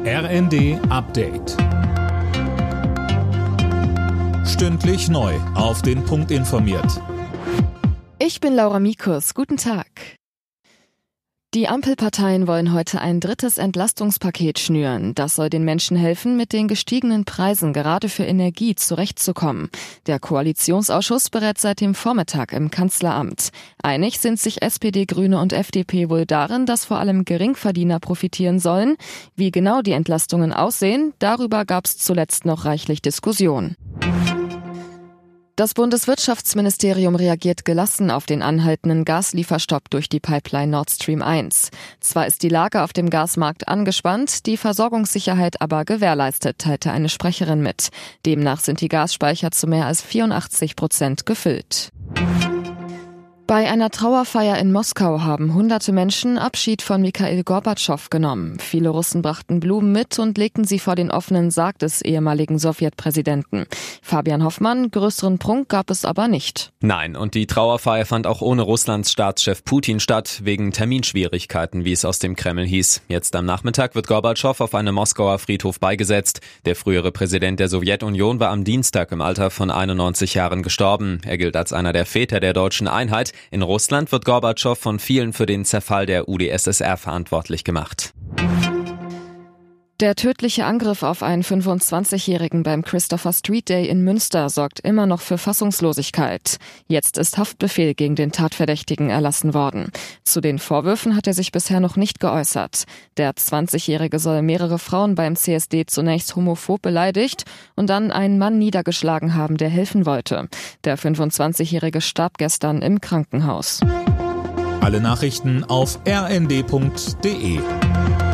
RND Update. Stündlich neu auf den Punkt informiert. Ich bin Laura Mikus. Guten Tag. Die Ampelparteien wollen heute ein drittes Entlastungspaket schnüren. Das soll den Menschen helfen, mit den gestiegenen Preisen gerade für Energie zurechtzukommen. Der Koalitionsausschuss berät seit dem Vormittag im Kanzleramt. Einig sind sich SPD, Grüne und FDP wohl darin, dass vor allem Geringverdiener profitieren sollen. Wie genau die Entlastungen aussehen, darüber gab es zuletzt noch reichlich Diskussion. Das Bundeswirtschaftsministerium reagiert gelassen auf den anhaltenden Gaslieferstopp durch die Pipeline Nord Stream 1. Zwar ist die Lage auf dem Gasmarkt angespannt, die Versorgungssicherheit aber gewährleistet, teilte eine Sprecherin mit. Demnach sind die Gasspeicher zu mehr als 84% gefüllt. Bei einer Trauerfeier in Moskau haben hunderte Menschen Abschied von Michail Gorbatschow genommen. Viele Russen brachten Blumen mit und legten sie vor den offenen Sarg des ehemaligen Sowjetpräsidenten. Fabian Hoffmann, größeren Prunk gab es aber nicht. Nein, und die Trauerfeier fand auch ohne Russlands Staatschef Putin statt, wegen Terminschwierigkeiten, wie es aus dem Kreml hieß. Jetzt am Nachmittag wird Gorbatschow auf einem Moskauer Friedhof beigesetzt. Der frühere Präsident der Sowjetunion war am Dienstag im Alter von 91 Jahren gestorben. Er gilt als einer der Väter der deutschen Einheit. In Russland wird Gorbatschow von vielen für den Zerfall der UdSSR verantwortlich gemacht. Der tödliche Angriff auf einen 25-Jährigen beim Christopher Street Day in Münster sorgt immer noch für Fassungslosigkeit. Jetzt ist Haftbefehl gegen den Tatverdächtigen erlassen worden. Zu den Vorwürfen hat er sich bisher noch nicht geäußert. Der 20-Jährige soll mehrere Frauen beim CSD zunächst homophob beleidigt und dann einen Mann niedergeschlagen haben, der helfen wollte. Der 25-Jährige starb gestern im Krankenhaus. Alle Nachrichten auf rnd.de.